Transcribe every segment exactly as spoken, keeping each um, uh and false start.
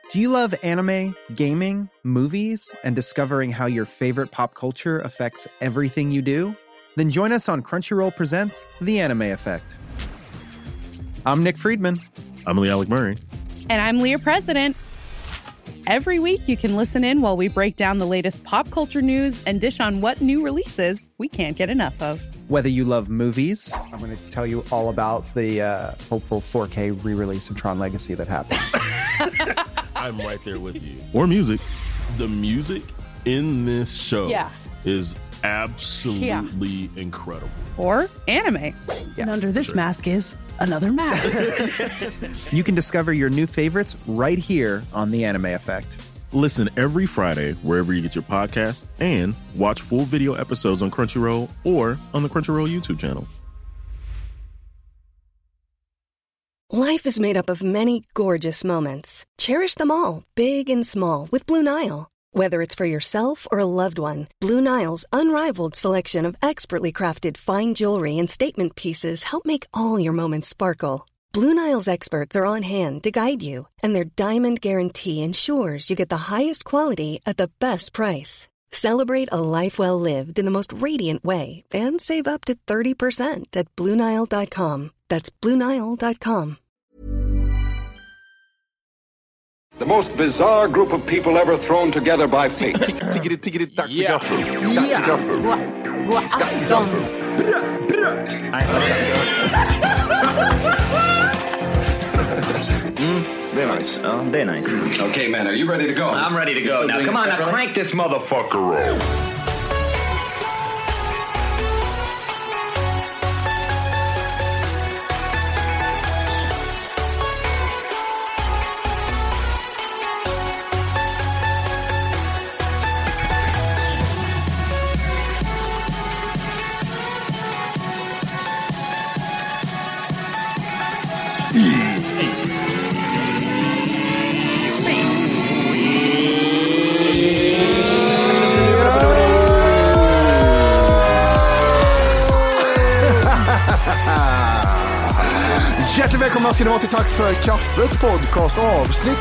Do you love anime, gaming, movies, and discovering how your favorite pop culture affects everything you do? Then join us on Crunchyroll Presents The Anime Effect. I'm Nick Friedman. I'm Lee Alec Murray. And I'm Leah President. Every week you can listen in while we break down the latest pop culture news and dish on what new releases we can't get enough of. Whether you love movies, I'm going to tell you all about the uh, hopeful four K re-release of Tron Legacy that happens. I'm right there with you. Or music. The music in this show yeah. is absolutely yeah. incredible. Or anime. Yeah, and under this sure. mask is another mask. You can discover your new favorites right here on The Anime Effect. Listen every Friday wherever you get your podcast and watch full video episodes on Crunchyroll or on the Crunchyroll YouTube channel. Life is made up of many gorgeous moments. Cherish them all, big and small, with Blue Nile. Whether it's for yourself or a loved one, Blue Nile's unrivaled selection of expertly crafted fine jewelry and statement pieces help make all your moments sparkle. Blue Nile's experts are on hand to guide you, and their diamond guarantee ensures you get the highest quality at the best price. Celebrate a life well lived in the most radiant way and save up to thirty percent at Blue Nile dot com. That's Blue Nile dot com. The most bizarre group of people ever thrown together by fate. Tiggeri, tiggeri, dack för gaffel. Dack för gaffel. God afton. Mm, det är nice. Ja, det är nice. Okay, man, are you ready to go? I'm ready to go. Now, come on, now crank this motherfucker up. Hjärtligt välkomna ska ni vara till Tack för kaffet podcast avsnitt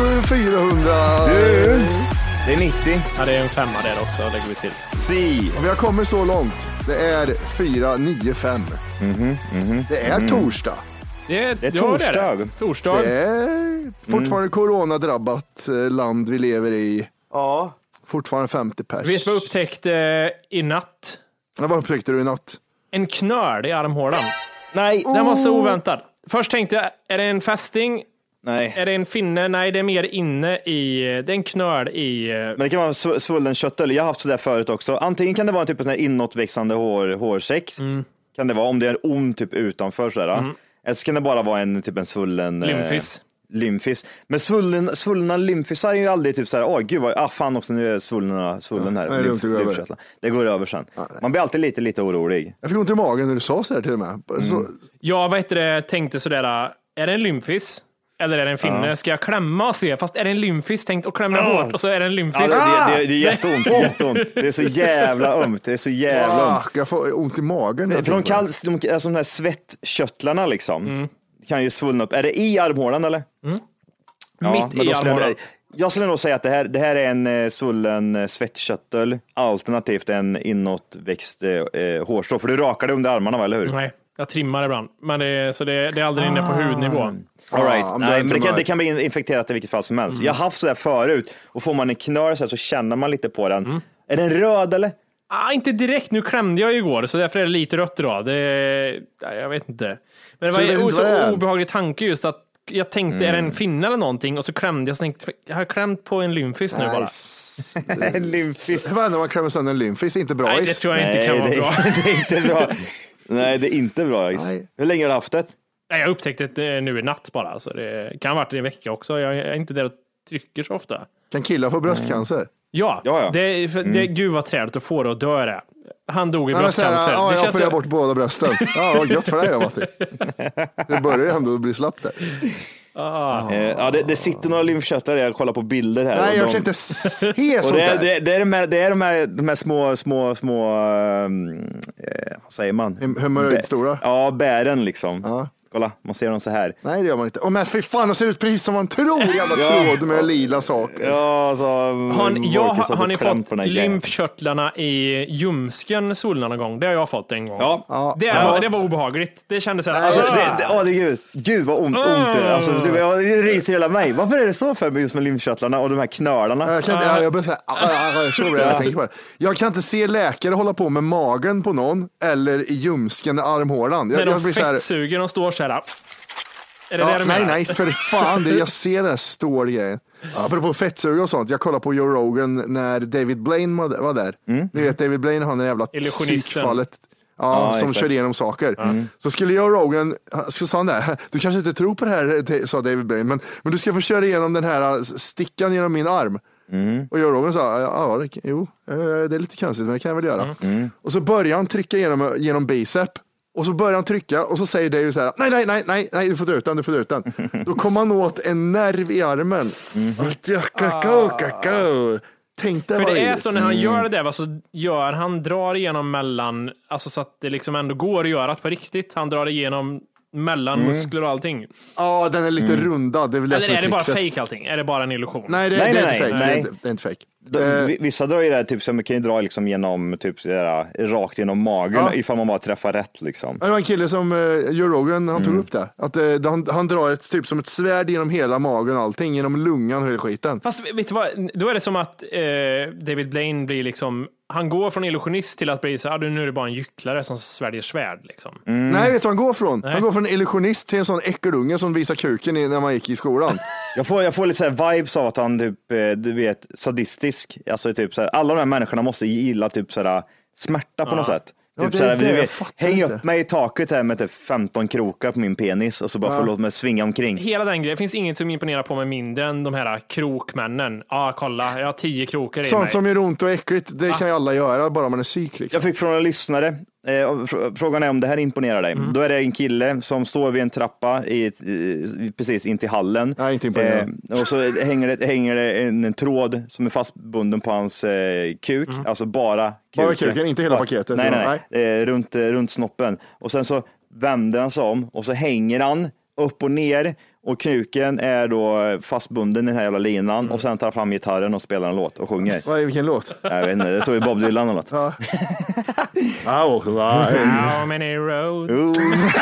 fyrahundra. Du, det är nittio. Ja, det är en femma där också, lägger vi till. Si. Och vi har kommit så långt. Det är fyra nio fem. Mhm, mhm. Det är mm. torsdag. Det är, det är torsdag. Det är torsdag. Det är fortfarande mm. coronadrabbat land vi lever i. Ja. Fortfarande femtio pers. Vet du vad jag upptäckte i natt? Ja, vad upptäckte du i natt? En knöl i armhålan. Nej. Den var så oväntad. Först tänkte jag, är det en fästing? Nej. Är det en finne? Nej, det är mer inne i, det är en knöl i. Men det kan vara sv- svullen köttel. Jag har haft sådär förut också. Antingen kan det vara en typ av sån här inåtväxande hår, hårsäck. Mm. Kan det vara om det är en ond typ utanför sådär. Mm. Eller så kan det bara vara en typ en svullen lymfis. Eh, lymfis. Men svullen, svullna lymfisar är ju aldrig typ såhär, åh gud vad, ah fan också nu är svullna, svullen här. Ja, lymf, det, går över. det går över sen. Ja, man blir alltid lite, lite orolig. Jag fick ont i magen när du sa sådär till och med. Så... Mm. Jag vet det, tänkte sådär, är det en lymfis? Eller är det en finne? Ja. Ska jag klämma och se? Fast är det en lymfis? Tänkt att klämma ja. hårt och så är det en lymfis. Alltså, det, det, det är jätteont, jätteont. Det är så jävla ömt. Det är så jävla ömt. Ah, jag får ont i magen. För de kallas, de, alltså de här svettköttlarna liksom. Mm. Kan ju svullna upp. Är det i armhålan eller? Mm. Ja, mitt i armhålan. Jag, jag skulle nog säga att det här, det här är en eh, svullen eh, svettköttel. Alternativt en inåtväxt eh, hårstrå. För du rakar det under armarna, eller hur? Nej. Jag trimmar ibland, men det är, så det, det är aldrig ah. inne på hudnivå. All right. Ah, Nej, men det, kan, det kan bli infekterat i vilket fall som helst. Mm. Jag har haft så här förut och får man en knör så, här, så känner man lite på den. Mm. Är den röd eller? Ah, inte direkt, nu klämde jag igår så därför är det lite rött idag. Det, jag vet inte. Men det var en så, så obehaglig tanke just att jag tänkte, mm. är det en finne eller någonting? Och så klämde jag, så tänkte, jag har klämt på en lymfis nu bara. En lymfis. Hur var det när man klämmer sönder en lymfis? Inte bra. Nej, det tror jag inte Nej, kan vara det, bra. Det är inte bra. Nej, det är inte bra. Nej. Hur länge har du haft det? Nej, jag upptäckte det nu i natt bara. Så det kan ha varit en vecka också. Jag är inte där och trycker så ofta. Kan killar få bröstcancer? Mm. Ja, ja, ja. Det, för, mm. det, gud vad träligt att få det och dö det. Han dog i Nej, bröstcancer. Ja, det jag känns opererar bort båda brösten. Ja, vad gött för dig då, Matti. Det börjar ju ändå bli slappt där. Ah. Eh, ja, det, det sitter några lymfkörtlar. Jag kollar på bilder här. Nej, jag de, kan inte se sånt det är, där. Det, det är de här, det är de här, de här små, små, små, eh, vad säger man? Hemorroidstora? Ja, bären liksom. Ja. Kolla, man ser dem så här. Nej, det gör man inte. Åh, men fy fan, de ser ut precis som man tror. Jävla tråd med lila saker. Ja, alltså, har ni, ja, har, har ni fått på lymfkörtlarna i ljumsken svullna någon gång? Det har jag fått en gång. Ja. Ja. Det, var, det var obehagligt. Det kändes så här. Alltså, det, det, åh, det, gud, gud vad ont, ont det. Alltså, det, jag, det ryser hela mig. Varför är det så för mig just med lymfkörtlarna och de här knölarna? Jag kan inte, jag, jag blir så här, så blir jag, jag tänker på det. Jag kan inte se läkare hålla på med magen på någon eller i ljumsken, armhålan. Jag, När de jag blir så här, fettsuger, de står så här. Är det ja, det du nej, menar? nej, för fan, det, jag ser den här stålgrejen. Apropå fettsuga och sånt, jag kollar på Joe Rogan när David Blaine var där. Mm. Ni vet, David Blaine, han är jävla psykfallet. Ja, ja, som exakt. Kör igenom saker. Mm. Så skulle Joe Rogan, så sa han där, du kanske inte tror på det här, sa David Blaine, men, men du ska få köra igenom den här stickan genom min arm. Mm. Och Joe Rogan sa, ja, det, jo, det är lite konstigt, men det kan jag väl göra. Mm. Och så börjar han trycka genom, genom bicep. Och så börjar han trycka och så säger David så här, nej, nej, nej, nej, nej, du får dra ut den, du får dra ut den. Då kommer han åt en nerv i armen. Mm. Tänk dig. För det är så när han gör det där, så gör han drar igenom mellan, alltså så att det liksom ändå går att göra på riktigt. Han drar igenom mellan mm. muskler och allting. Ja, den är lite mm. rundad. Det är väl det. Eller som är, är det bara fixet. fake allting? Är det bara en illusion? Nej, det, nej, det är nej, inte fake. Nej. Det, är, det är inte fake. De, vissa drar ju det här, typ som man kan ju dra liksom genom typ sådär, rakt genom magen, ja. Ifall man bara träffar rätt liksom. Det var en kille som uh, Joe Rogan, han tog mm. upp det. Att uh, han, han drar ett typ som ett svärd genom hela magen, allting genom lungan och hela skiten. Fast vet du vad, då är det som att uh, David Blaine blir liksom, han går från illusionist till att bli så, ah, nu är det bara en gycklare som svärjer svärd liksom. Mm. Nej, vet du vad han går från? Nej. Han går från illusionist till en sån äckelunge som visar kuken i, när man gick i skolan. jag, får, jag får lite så här vibes av att han typ, du vet, sadistisk. Alltså typ så här, alla de här människorna måste gilla typ så här smärta på ja. något sätt. Ja, typ det, så här, det, du vet, häng inte. upp mig i taket här med typ femton krokar på min penis och så bara ja. få låta mig svinga omkring. Hela den grejen, det finns inget som imponerar på mig mindre än de här krokmännen. Ja, ah, kolla, jag har tio krokar i Sånt mig. Sånt som gör ont och äckligt, det ah. kan ju alla göra, bara man är psyk. Liksom. Jag fick från en lyssnare, eh, frågan är om det här imponerar dig. Mm. Då är det en kille som står vid en trappa i, i, precis in till hallen. Ja, inte imponerad. Eh, och så hänger det, hänger det en, en tråd som är fastbunden på hans eh, kuk, mm. alltså bara kuken. Bara kuken, inte hela paketet. Nej, nej, nej. Eh, runt, runt snoppen. Och sen så vänder han sig om och så hänger han upp och ner och knuken är då fastbunden i den här jävla linan mm. och sen tar han fram gitarren och spelar en låt och sjunger. Vad är vilken låt? Jag vet inte, det tror jag Bob Dylan eller något. Ja. How many roads?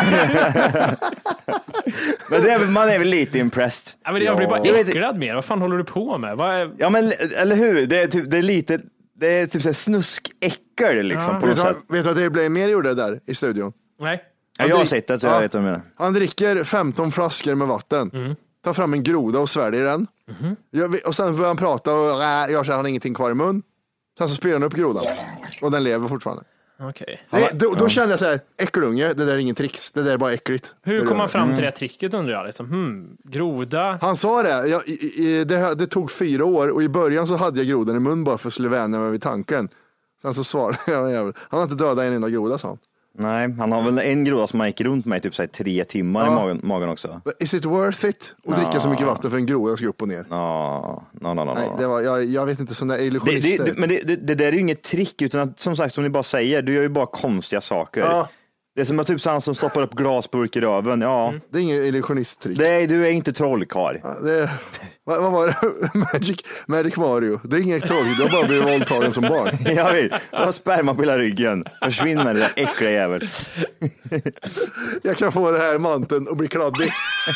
Men det är, man är väl lite impressed. Ja, men jag blir bara äcklad med. Vad fan håller du på med? Vad är... Ja, men eller hur? Det är, typ, det är lite, det är typ så här snuskäckel liksom. Ja. På vet, något du, sätt. vet du vad det blev mer gjorde där i studion? Nej. Ja, jag har sett det, så jag ja. vet vad jag menar. Han dricker femton flaskor med vatten. Mm. Tar fram en groda och sväljer den. Mm. Jag, och sen börjar han prata och äh, jag säger han har ingenting kvar i mun. Sen så spyr han upp grodan. Och den lever fortfarande. Okay. Det, då, då kände jag så här, äckelunge, det där är ingen tricks. Det där är bara äckligt. Hur kom man fram till mm. det tricket undrar jag? Liksom, hmm, groda? Han sa det. Jag, i, i, det. Det tog fyra år och i början så hade jag grodan i mun bara för att skulle vänja mig vid tanken. Sen så svarade jag, han har inte dödat en enda groda, sa han. Nej, han har väl en groda som han gick runt med typ så här, tre timmar ja. i magen, magen också. Is it worth it att dricka ja. så mycket vatten för en groda ska upp och ner? Ja, no, no, no, Nej, det var, jag, jag vet inte, sådana illusionister. Det, det, det, men det, det, det där är ju inget trick, utan att, som sagt, som ni bara säger, du gör ju bara konstiga saker. Ja. Det är som att typ så han som stoppar upp glasburk i röven. Ja. Mm. Det är ingen illusionisttrick. Nej, du är inte trollkarl. Ja, det, vad, vad var det? Magic, Magic Mario. Det är ingen troll, du har bara blivit våldtagen som barn. Jag vet, du har sperma på hela ryggen. Försvinn med det där äckliga jävel. Jag kan få det här manteln och bli kladdig.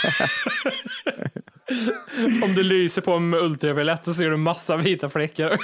Om du lyser på med ultraviolett så ser du massa vita fläckar.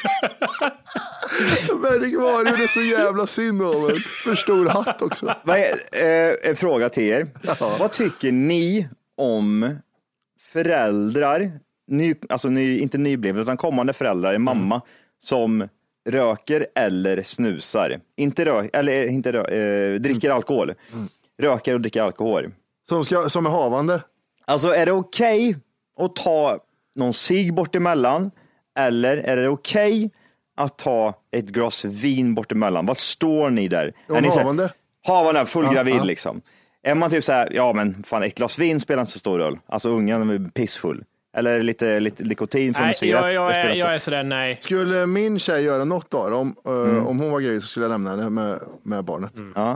Magic Mario, det är så jävla synd om en. För stor hatt också. Vad är, eh, en fråga till er. Ja. Vad tycker ni om föräldrar, ny, alltså ny, inte nyblivna utan kommande föräldrar, en mamma mm. som röker eller snusar? Inte rök, eller inte rök, eh, dricker mm. alkohol. Mm. Röker och dricker alkohol. Som, ska, som är havande? Alltså är det okej okay att ta någon cigg bort emellan? Eller är det okej okay att ta ett glas vin bort emellan? Vart står ni där? Är ni havande? Så här, havande, full ja, gravid ja. liksom. Är man typ så här, ja men fan ett glas vin spelar inte så stor roll. Alltså ungen är pissfull. Eller lite, lite nikotin från nej, cigarett. Jag, jag, är, så. jag är sådär, nej. Skulle min tjej göra något då? Om, mm. uh, om hon var gravid så skulle jag lämna henne med, med barnet. Mm. Ja.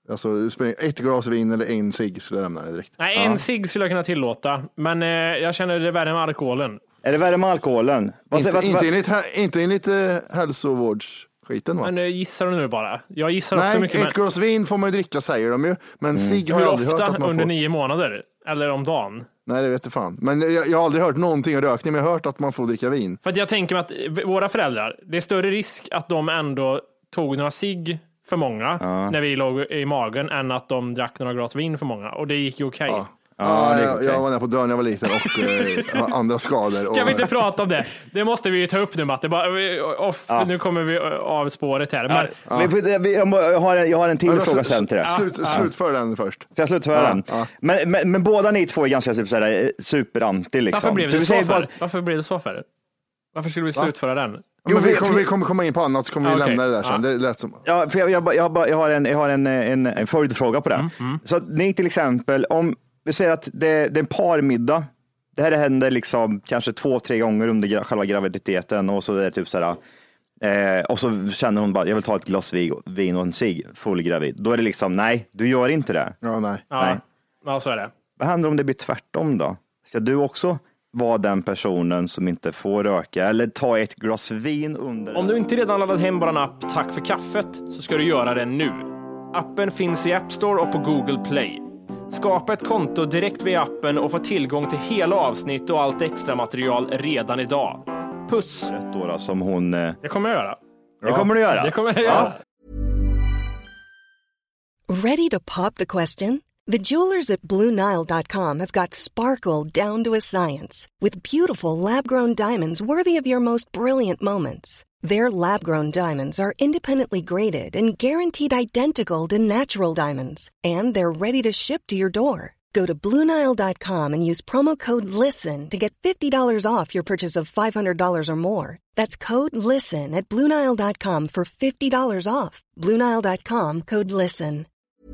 Alltså ett glas vin eller en cigg skulle jag lämna det direkt. Nej, en ja. cigg skulle jag kunna tillåta. Men eh, jag känner det är värre med alkoholen. Är det värre med alkoholen? Vad, inte, vad, inte, vad? Enligt, inte enligt uh, hälsovårdsskiten, va? Men uh, gissar du nu bara? Jag gissar Nej, också mycket. Nej, ett glas vin får man ju dricka, säger de ju. Men mm. cigg har jag aldrig hört att man får. Under nio månader? Eller om dagen? Nej, det vet jag fan. Men jag, jag har aldrig hört någonting om rökning, men jag har hört att man får dricka vin. För att jag tänker mig att våra föräldrar, det är större risk att de ändå tog några cigg för många ja. när vi låg i magen än att de drack några glas vin för många. Och det gick ju okej. Okay. Ja. Ja, ja, okay. Jag var där på dörren när jag var liten och eh, andra skador. Och... Kan vi inte prata om det? Det måste vi ju ta upp nu, Matte. Bara, off, ja. Nu kommer vi av spåret här. Men... Ja. Vi, jag, har en, jag har en till fråga sen till det. Slut, ja. slut för den först. Ska jag slutföra ja. den? Ja. Men, men, men båda ni två är ganska typ, såhär, superanti. Liksom. Varför blev det så för? Bara... Varför blev det så för? Varför skulle vi slutföra den? Jo, vi, kommer, vi kommer komma in på annat så kommer vi okay. lämna det där sen. Ja. Det lät som... ja, för jag, jag, jag, jag har en, jag har en, en, en följdfråga på det. Mm, mm. Så ni till exempel, om vi säger att det, det är en parmiddag. Det här händer liksom kanske två, tre gånger under själva graviditeten och så är det typ så här. Eh, och så känner hon bara, jag vill ta ett glas vin och en cigg, full gravid. Då är det liksom, nej, du gör inte det. Ja, nej. Ja, ja så är det. Vad händer om det blir tvärtom då? Ska du också vara den personen som inte får röka eller ta ett glas vin under? Om du inte redan laddat hem bara en app Tack för kaffet så ska du göra det nu. Appen finns i App Store och på Google Play. Skapa ett konto direkt via appen och få tillgång till hela avsnitt och allt extra material redan idag. Puss! Rätt då, som hon... Eh... Det kommer jag göra. Det kommer du göra. Det kommer jag göra. Ja. Ready to pop the question? The jewelers at Blue Nile dot com have got sparkle down to a science with beautiful lab-grown diamonds worthy of your most brilliant moments. Their lab-grown diamonds are independently graded and guaranteed identical to natural diamonds. And they're ready to ship to your door. Go to Blue Nile dot com and use promo code LISTEN to get fifty dollars off your purchase of five hundred dollars or more. That's code LISTEN at Blue Nile dot com for fifty dollars off. Blue Nile dot com, code LISTEN.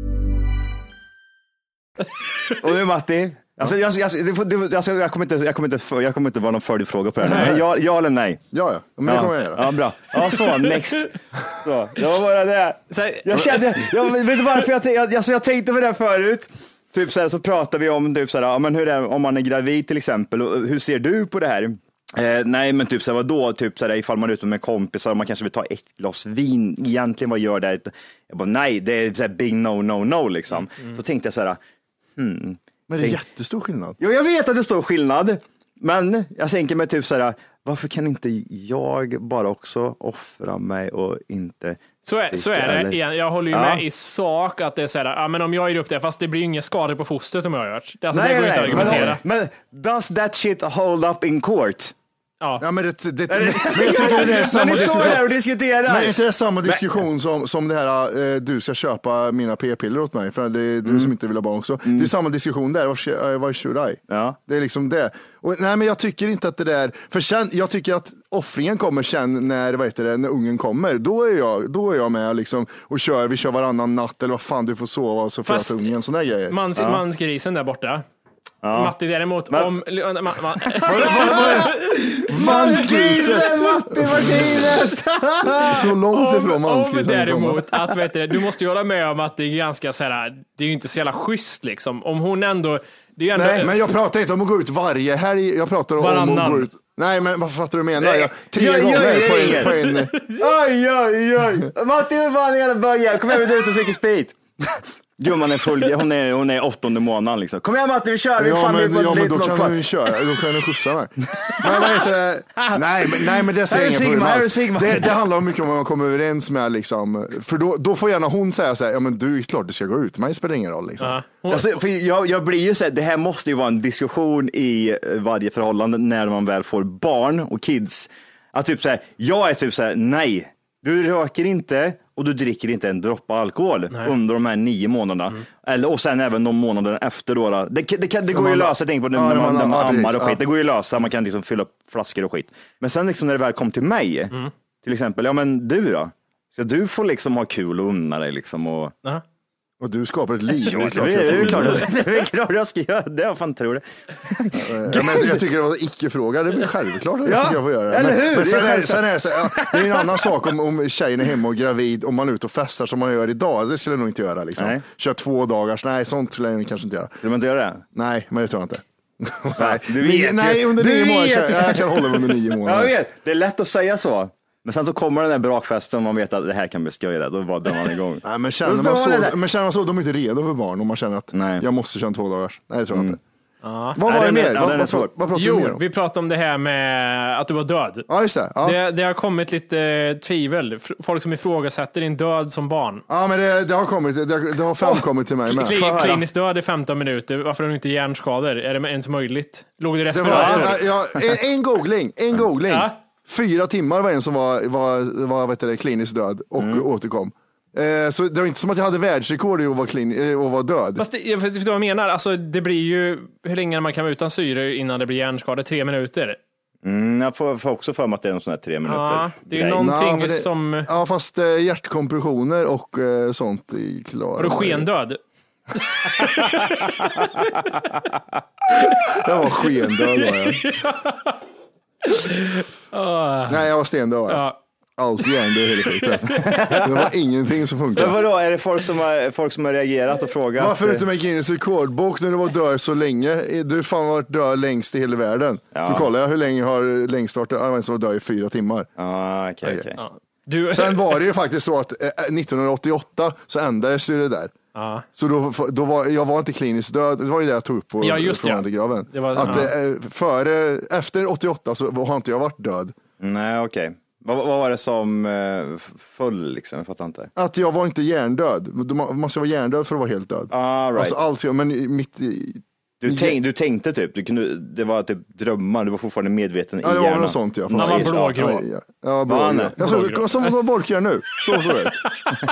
Och nu Matti, alltså, jag, jag, jag, alltså, jag, kommer inte, jag, kommer inte, jag kommer inte vara någon följdfråga på det här. Ja, ja eller nej? Ja, ja. Men det kommer jag göra. Ja, bra. Ja, så, next. Så, det var bara det. Jag kände, jag vet inte varför jag, jag, alltså, jag tänkte på det förut. Typ så här, så pratar vi om typ så här, ja, men hur är, om man är gravid till exempel, och hur ser du på det här? Eh, nej, men typ så här, vadå? Typ så här, ifall man är ute med kompisar, man kanske vill ta ett glas vin. Egentligen, vad gör det? Jag bara, nej, det är så här big no, no, no liksom. Mm. Så tänkte jag så här, hmm. Men det är jättestor skillnad. Jo, jag vet att det är stor skillnad. Men jag tänker mig typ så här, varför kan inte jag bara också offra mig och inte... Så är, så är det. Jag håller ju ja. med i sak att det är så här, ja, men om jag ger upp det, fast det blir ju inga skador på fostret om jag har gjort. Det, alltså, nej, det går nej, inte att argumentera. Men, men does that shit hold up in court? Ja. ja, men det, det, det, men jag tycker det är samma men diskussion. Där och diskuterar. Men inte det är samma diskussion som, som det här, eh, du ska köpa mina p-piller åt mig, för det är du mm. som inte vill ha barn också. Mm. Det är samma diskussion där, vad should I? Ja. Det är liksom det. Och, nej, men jag tycker inte att det där, för sen, jag tycker att offringen kommer sen när, vad heter det, när ungen kommer. Då är jag, då är jag med liksom, och kör, vi kör varannan natt eller vad fan, du får sova och så får jag ta ungen, sådana grejer. Mans, ja. Mansgrisen där borta. Ja. Matti däremot men, om ma, ma, mansgrisen Matti Martinez så långt ifrån mansgrisen. Om däremot att vet du, du måste ju hålla med om att det är ganska så här, det är ju inte så jävla schysst liksom. Om hon ändå, det är ju ändå nej, men jag pratar inte om att gå ut varje helg, jag pratar om varannan. Att gå ut. Nej, men vad fattar du menar? Jag, tre jag, gånger jag, på, en, på en oj, oj, oj. Matti, hur fan är det börja? Kom igen, vi ut och söker sprit. Gumman är full, hon är, hon är åttonde månaden liksom. Kom igen Matti, vi kör. Vi ja, fan men, på ja, men då kan kvar. Vi köra, då kan du skjutsa mig. Men vad heter det? Nej, men, nej, men det säger inga problem alls. Det, det handlar om mycket om vad man kommer överens med liksom. För då, då får gärna hon säga så här, ja men du är klart du ska gå ut, mig spelar ingen roll liksom. Ja. Alltså, för jag, jag blir ju så här, det här måste ju vara en diskussion i varje förhållande när man väl får barn och kids. Att typ så här, jag är typ så här, nej, du röker inte och du dricker inte en droppe alkohol nej. Under de här nio månaderna. Mm. Eller, och sen även de månaderna efter då. Det, det, det, det går ju att lösa, tänk på det, ja, när man, när man ammar och skit. Det går ju att lösa, man kan liksom fylla upp flaskor och skit. Men sen liksom när det väl kom till mig, mm. till exempel, ja men du då? Så du får liksom ha kul och unna dig liksom och... Uh-huh. Och du skapar ett liv. Det är klart jag, är klart, det är klart jag ska göra det. Jag fan tror det. Ja, men jag tycker det var en icke-fråga. Det är självklart att ja, jag får göra det. Eller hur? Men, men sen, det, är är, sen är det så, ja, det är en annan sak om, om tjejen är hemma och gravid, om man är ute och festar som man gör idag. Det skulle jag nog inte göra. Liksom. Nej. Kör två dagars. Nej, sånt skulle jag kanske inte göra. Vill man inte göra det? Nej, men det tror jag inte. Nej, du vet nej, under du nio vet månader kan, jag kan hålla mig under nio månader. Jag vet, det är lätt att säga så. Men sen så kommer den där brakfesten och man vet att det här kan bli skoj, då bara drar man igång. Nej, men känner man, så, men känner man så, de är inte redo för barn om man känner att nej. jag måste köra två dagars. Nej, det tror jag mm. inte. Ja. Vad var Nej, det mer? Ja, vad, vad, vad, vad jo, mer om? vi pratade om det här med att du var död. Ja, just det. Ja. Det, det har kommit lite eh, tvivel. Folk som ifrågasätter din död som barn. Ja, men det, det har kommit, det, det har framkommit oh, till mig med. Kl- klinisk död i femton minuter. Varför har du inte hjärnskador? Är det ens möjligt? Låg du i respirator? Det var, ja, en, en googling, en googling. Ja. Fyra timmar var en som var, var, var vet du, klinisk död och mm. återkom. Eh, så det var inte som att jag hade världsrekord i att vara, klin, och vara död. Fast det, jag vet vad jag menar, alltså, det blir ju hur länge man kan vara utan syre innan det blir hjärnskada, tre minuter. Mm, jag får, får också för mig att det är någon sån här tre minuter. Ja, det är ju någonting Nå, det, som... Ja, fast eh, hjärtkompressioner och eh, sånt är klara. Har du skendöd? Jag var skendöd var jag. Oh. Nej, jag var stendöd. Ja. Allt igen, det är hela skiten. Det var ingenting som funkar. Men vadå, är det folk som har, folk som har reagerat och frågat? Varför är inte med Guinness rekordbok när du var död så länge? Du har fan varit död längst i hela världen. Ja. Så kollar jag hur länge har längst varit död. Jag var död i fyra timmar. Ah, okay, okay. Okay. Ja. Du... Sen var det ju faktiskt så att eh, nittonhundraåttioåtta så ändrades det där. Ja. Så då, då var jag var inte kliniskt död. Det var ju det jag tog upp på ja, just ja. graven. Det var, att ja. eh, före, efter åttioåtta så har inte jag varit död. Nej, okej. Okay. Vad, vad var det som uh, föll liksom? Jag fattar inte. Att jag var inte hjärndöd. Du måste vara hjärndöd för att vara helt död. Ah, right. Alltså allt, men mitt i... Du, tänk, du tänkte typ, du kunde, det var typ drömmar, du var fortfarande medveten i hjärnan. Ja, det var något sånt ja. Han var blågrå. Ja, ja blågrå. Jag såg som vad folk gör nu. Så såg det.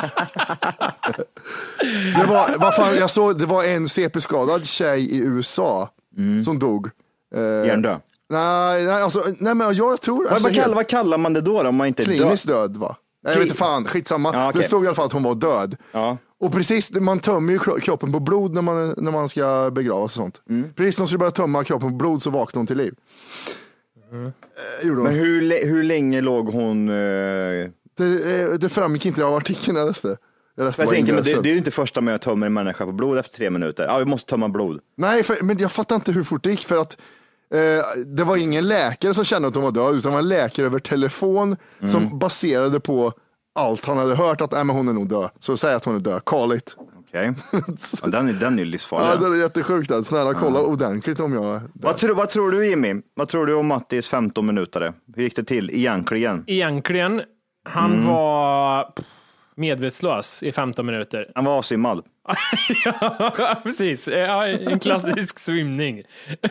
Det var, vad fan, jag såg, det var en C P-skadad tjej i U S A mm. som dog. Eh, Hjärndöd? Nej, nej, alltså, nej men jag tror... Vad, alltså, vad, kallar, vad kallar man det då om man inte är kliniskt död? död va? Jag vet inte fan, skitsamma. Ja, okay. Det stod i alla fall att hon var död. Ja. Och precis, man tömmer ju kroppen på blod när man, när man ska begravas och sånt. Mm. Precis när man skulle börja tömma kroppen på blod så vaknade hon till liv. Mm. Eh, Men hur, hur länge låg hon... Eh... Det, det framgick inte av artikeln jag läste. Jag läste jag tänker, men det, det är ju inte första med att tömma en människa på blod efter tre minuter. Ja, vi måste tömma blod. Nej, för, men jag fattar inte hur fort det gick för att eh, det var ingen läkare som kände att hon var död utan det var en läkare över telefon mm. som baserade på allt han hade hört att äh, men hon är nog död. Så säg att hon är död, call it. Okej, okay. Ja, den, är, den är ju livsfarlig. Ja, den är jättesjukt. Den. Snälla, kolla ja. ordentligt om jag är död. Vad tror, vad tror du Jimmy? Vad tror du om Mattis femton minuter? Hur gick det till egentligen? Egentligen, han mm. var medvetslös i femton minuter. Han var asvimmad. Ja, precis. Ja, en klassisk svimning.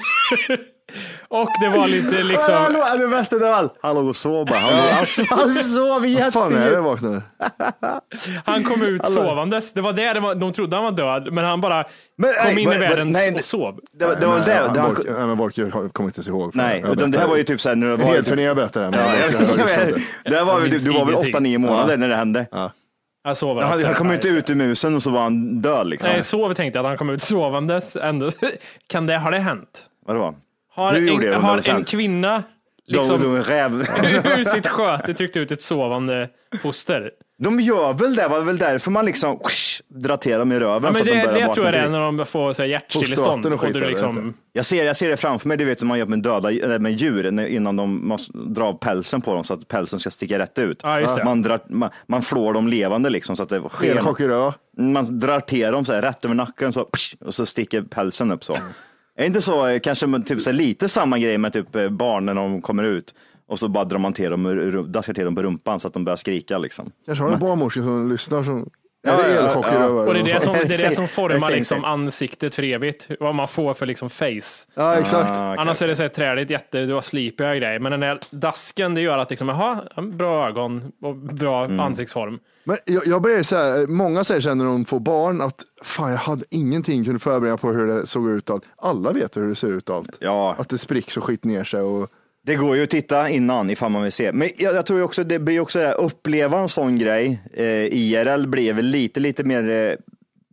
Och det var lite liksom... Hallå, är det bästa av allt? Han låg och sov bara. Han, han, han sov jättedjupt. Vad fan är det vaknade? Han kom ut Hallå. sovandes. Det var det de, var, de trodde han var död. Men han bara men, kom nej, in i världen nej, och sov. Det, det, det var det. Han, han, nej, men Volker kommer inte ihåg. Nej, utan det här var ju typ så här... När det var helt turné jag berättade det här. Det här var du var väl åtta nio månader när det hände. Ja. Jag sov han, han kom inte ut ur musen och så var han död liksom. Nej, sov tänkte jag att han kom ut sovandes. Ändå. Kan det, har det hänt? Vadå? Har, en, har en kvinna liksom, de, de räv. ur sitt sköte tryckt ut ett sovande foster? De gör väl det, var väl därför man liksom whoosh, drar till dem i röven. Ja, men så det, att de det tror jag det är när de får så här, hjärtstillestånd. Och och du liksom... jag, ser, jag ser det framför mig, du vet som man gör med döda med djur innan de måste dra av pälsen på dem så att pälsen ska sticka rätt ut. Ja, just det. Man, drar, man, man flår dem levande liksom så att det sker. Man drar till dem så här, rätt över nacken så, och så sticker pälsen upp så. Är inte så kanske typ, så här, lite samma grej med typ barn när de kommer ut och så bara drar man till dem, daskar till dem på rumpan så att de börjar skrika liksom. Kanske har en barnmorska som lyssnar som är det elchocker ja, ja. Och det är det som, det är det som formar liksom ansiktet för evigt. Vad man får för liksom face. Ja, exakt. Ah, okay. Annars är det så här träligt, jätte, du har slipiga grejer. Men den där dasken, det gör att liksom, aha, bra ögon och bra mm. ansiktsform. Men jag, jag börjar säga, många säger sen när de får barn att fan, jag hade ingenting kunde förbereda på hur det såg ut allt. Alla vet hur det ser ut allt. Ja. Att det spricks och skit ner sig och... Det går ju att titta innan ifall man vill se. Men jag, jag tror också det blir också det, uppleva en sån grej. Eh, I R L blir väl lite, lite mer... Eh,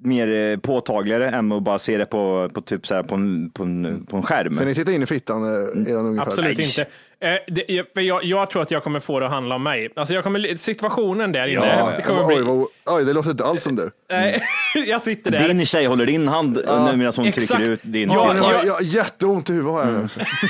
mer påtagligare än att bara se det på, på, typ så här, på, en, på, en, på en skärm. Så ni tittar in i fittan eh, ungefär? Absolut Nej. inte. Eh, det, jag, jag tror att jag kommer få det att handla om mig. Alltså jag kommer, situationen där inne. Ja, det kommer oj, bli... oj, oj, det låter inte alls som du. Mm. jag sitter där. Din tjej håller din hand ja. medan hon Exakt. trycker ut din. Ja, jag, jag, jag, jätteont i huvudet har jag nu.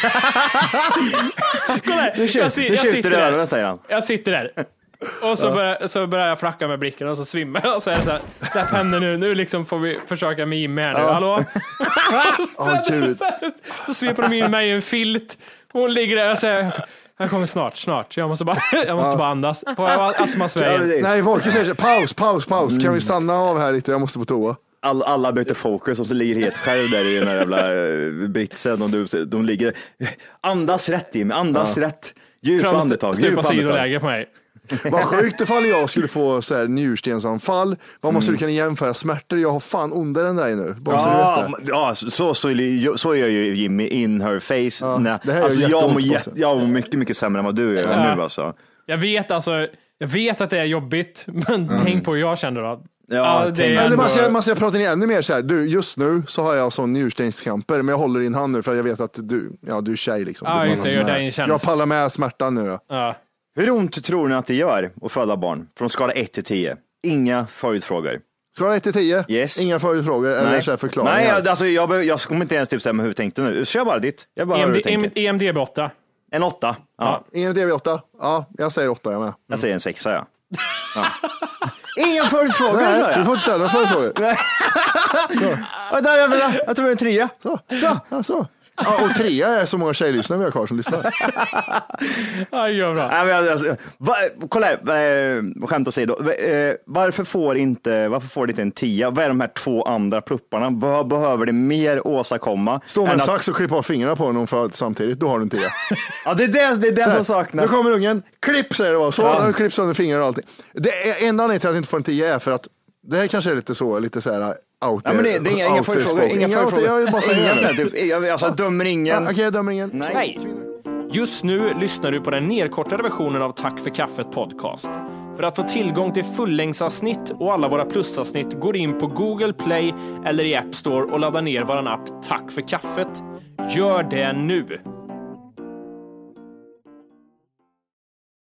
Kolla här. Nu skjuter du öronen, säger han. Jag sitter där. Och så, ja. börjar, så börjar jag flacka med blicken och så svimmar jag och så är det så här, släpp henne nu, nu liksom får vi försöka med in med här nu, ja. hallå? oh, Gud. Så, så sveper de in mig i en filt, hon ligger där och säger, jag kommer snart, snart, jag måste bara, jag måste ja. bara andas. Får jag astma Sverige? Nej, Volker säger paus, paus, paus, mm. kan vi stanna av här lite, jag måste på toa. All, alla byter fokus och så ligger helt själv där i den här jävla uh, britsen och du, de ligger, andas rätt Jimmy, andas ja. rätt, djupa andetag, djupa sidoläge på mig. Vad sjukt ifall jag skulle få så här njurstensanfall. Vad måste mm. du kunna jämföra smärtor? Jag har fan ondare än dig nu. Ja, ja så, så, så, så gör ju Jimmy in her face. Ja, Nej. Det här alltså, är jag mår jät- jag mår mycket, mycket sämre än vad du är ja. nu alltså. Jag vet alltså, jag vet att det är jobbigt, men mm. tänk på hur jag känner då. Ja, ja, det är eller man ska, man ska prata ännu mer så här. Du, just nu så har jag sån njurstenskramper, men jag håller din hand nu för jag vet att du, ja, du är tjej liksom. Ja, du just det, gör dig en tjänst. Jag pallar med smärtan nu. Ja. Hur ont tror ni att det gör att föda barn? Från skala ett till tio. Inga följdfrågor. Skala ett till tio? Yes. Inga följdfrågor eller så här förklaringar? Nej, alltså, jag, jag kommer inte ens typ säga hur tänkte nu. Kör bara ditt. Jag bara E M D, hur du tänker. E M D B åtta. En åtta. Ja. Ja. E M D B åtta. Ja, jag säger åtta jag med. Mm. Jag säger en sexa, ja. ja. Inga följdfrågor, Nej, sa jag. Du får inte ställa några följdfrågor. Vänta, jag, jag, jag tror det är en trea. Så. Så. Ja, så. Ja, och trea är så många tjejlyssnare vi har kvar som lyssnar. Ja, gör bra. Ja, men alltså, va, kolla här, eh, skämt att säga då. Eh, varför får inte, varför får det inte en tia? Vad är de här två andra plupparna? Vad behöver det mer åstadkomma? Stå med en att... sax och klippa av fingrarna på någon för samtidigt, då har du en tia. Ja, det är det, det, är det som saknas. Nu kommer ungen, klipp säger det bara, så ja. klipp sönder fingrarna och allting. Det är enda anledningen till att jag inte får en tia är för att det här kanske är lite så, lite så här out ja, men det, det är inga, inga följdfrågor. Inga följdfrågor. Jag vill bara säga det. Typ, jag alltså, dömer ingen. Ja, Okej, okay, jag dömer ingen. Nej. Nej. Just nu lyssnar du på den nedkortade versionen av Tack för kaffet podcast. För att få tillgång till fullängdsavsnitt och alla våra plusavsnitt går in på Google Play eller i App Store och laddar ner våran app Tack för kaffet. Gör det nu!